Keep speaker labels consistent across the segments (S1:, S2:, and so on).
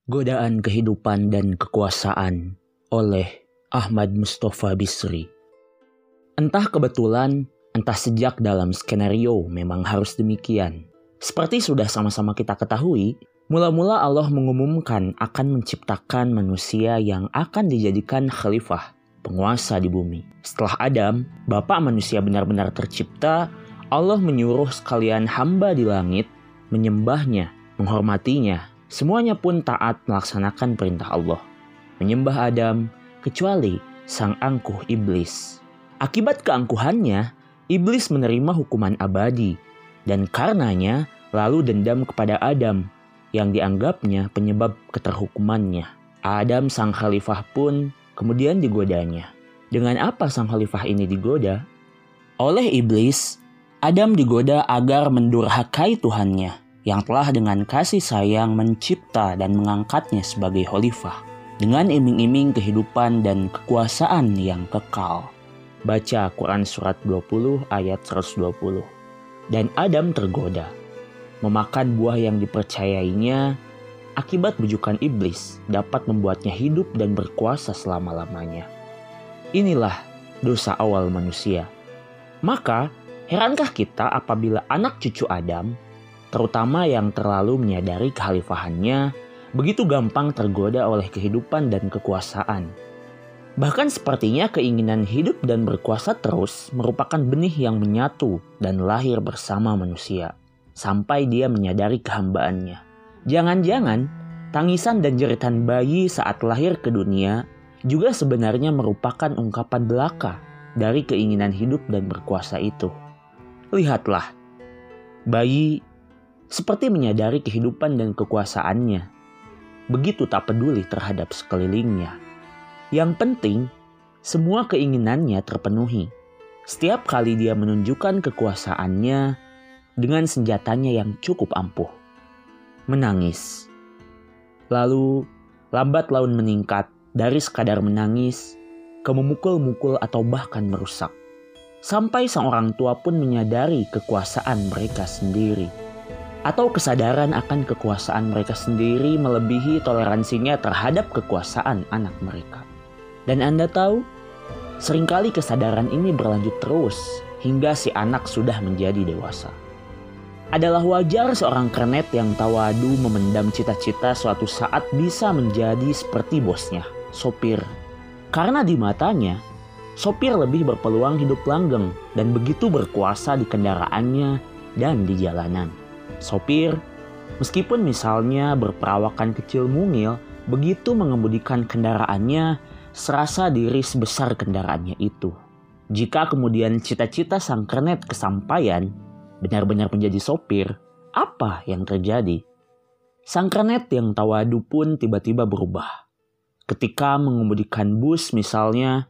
S1: Godaan Kehidupan dan Kekuasaan oleh Ahmad Mustafa Bisri. Entah kebetulan, entah sejak dalam skenario memang harus demikian. Seperti sudah sama-sama kita ketahui, mula-mula Allah mengumumkan akan menciptakan manusia yang akan dijadikan khalifah, penguasa di bumi. Setelah Adam, bapak manusia benar-benar tercipta, Allah menyuruh sekalian hamba di langit menyembahnya, menghormatinya. Semuanya pun taat melaksanakan perintah Allah, menyembah Adam kecuali sang angkuh iblis. Akibat keangkuhannya, iblis menerima hukuman abadi dan karenanya lalu dendam kepada Adam yang dianggapnya penyebab keterhukumannya. Adam sang khalifah pun kemudian digodanya. Dengan apa sang khalifah ini digoda? Oleh iblis, Adam digoda agar mendurhakai Tuhannya yang telah dengan kasih sayang mencipta dan mengangkatnya sebagai khalifah dengan iming-iming kehidupan dan kekuasaan yang kekal. Baca Quran Surat 20 ayat 120. Dan Adam tergoda, memakan buah yang dipercayainya. Akibat bujukan iblis dapat membuatnya hidup dan berkuasa selama-lamanya. Inilah dosa awal manusia. Maka herankah kita apabila anak cucu Adam, terutama yang terlalu menyadari kekhalifahannya, begitu gampang tergoda oleh kehidupan dan kekuasaan. Bahkan sepertinya keinginan hidup dan berkuasa terus merupakan benih yang menyatu dan lahir bersama manusia, sampai dia menyadari kehambaannya. Jangan-jangan tangisan dan jeritan bayi saat lahir ke dunia juga sebenarnya merupakan ungkapan belaka dari keinginan hidup dan berkuasa itu. Lihatlah, bayi seperti menyadari kehidupan dan kekuasaannya, begitu tak peduli terhadap sekelilingnya. Yang penting, semua keinginannya terpenuhi. Setiap kali dia menunjukkan kekuasaannya dengan senjatanya yang cukup ampuh. Menangis. Lalu, lambat laun meningkat dari sekadar menangis ke memukul-mukul atau bahkan merusak. Sampai sang orang tua pun menyadari kekuasaan mereka sendiri. Atau kesadaran akan kekuasaan mereka sendiri melebihi toleransinya terhadap kekuasaan anak mereka. Dan Anda tahu, seringkali kesadaran ini berlanjut terus hingga si anak sudah menjadi dewasa. Adalah wajar seorang kernet yang tawadu memendam cita-cita suatu saat bisa menjadi seperti bosnya, sopir. Karena di matanya, sopir lebih berpeluang hidup langgeng dan begitu berkuasa di kendaraannya dan di jalanan. Sopir, meskipun misalnya berperawakan kecil mungil, begitu mengemudikan kendaraannya, serasa diri sebesar kendaraannya itu. Jika kemudian cita-cita sang kernet kesampaian, benar-benar menjadi sopir, apa yang terjadi? Sang kernet yang tawadu pun tiba-tiba berubah. Ketika mengemudikan bus misalnya,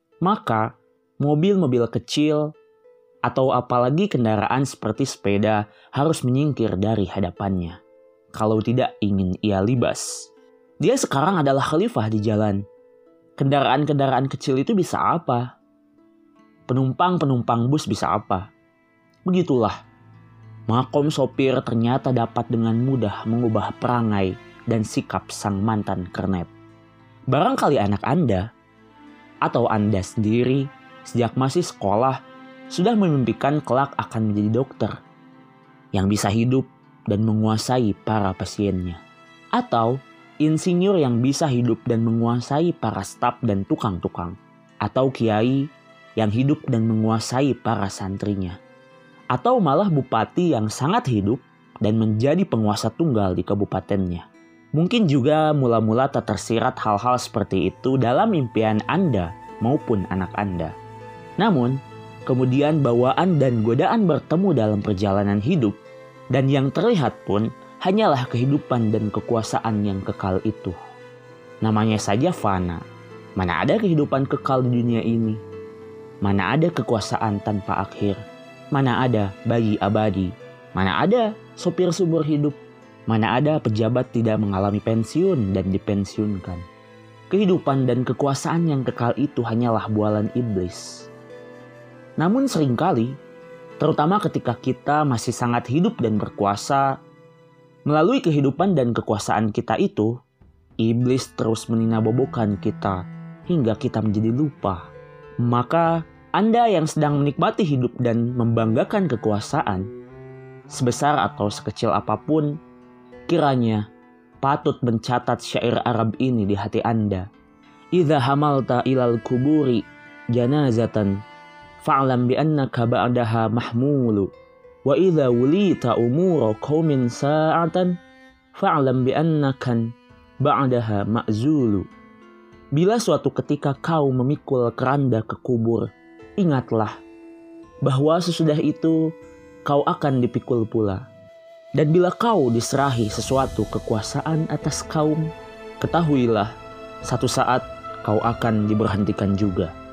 S1: maka mobil-mobil kecil atau apalagi kendaraan seperti sepeda harus menyingkir dari hadapannya. Kalau tidak ingin ia libas. Dia sekarang adalah khalifah di jalan. Kendaraan-kendaraan kecil itu bisa apa? Penumpang-penumpang bus bisa apa? Begitulah. Makom sopir ternyata dapat dengan mudah mengubah perangai dan sikap sang mantan kernet. Barangkali anak Anda atau Anda sendiri sejak masih sekolah sudah memimpikan kelak akan menjadi dokter yang bisa hidup dan menguasai para pasiennya. Atau insinyur yang bisa hidup dan menguasai para staf dan tukang-tukang. Atau kiai yang hidup dan menguasai para santrinya. Atau malah bupati yang sangat hidup dan menjadi penguasa tunggal di kabupatennya. Mungkin juga mula-mula tak tersirat hal-hal seperti itu dalam impian Anda maupun anak Anda. Namun, kemudian bawaan dan godaan bertemu dalam perjalanan hidup, dan yang terlihat pun hanyalah kehidupan dan kekuasaan yang kekal itu. Namanya saja fana. Mana ada kehidupan kekal di dunia ini? Mana ada kekuasaan tanpa akhir? Mana ada bayi abadi? Mana ada sopir subur hidup? Mana ada pejabat tidak mengalami pensiun dan dipensiunkan? Kehidupan dan kekuasaan yang kekal itu hanyalah bualan iblis. Namun seringkali, terutama ketika kita masih sangat hidup dan berkuasa, melalui kehidupan dan kekuasaan kita itu, iblis terus meninabobokan kita hingga kita menjadi lupa. Maka Anda yang sedang menikmati hidup dan membanggakan kekuasaan, sebesar atau sekecil apapun, kiranya patut mencatat syair Arab ini di hati Anda. Idza hamalta ilal kuburi janazatan fa'lam bi annaka ba'daha mahmulu wa idza wulita umura qaumin sa'atan fa'lam bi annaka ba'daha ma'zulu. Bila suatu ketika kau memikul keranda ke kubur, ingatlah bahwa sesudah itu kau akan dipikul pula. Dan bila kau diserahi sesuatu kekuasaan atas kaum, ketahuilah satu saat kau akan diberhentikan juga.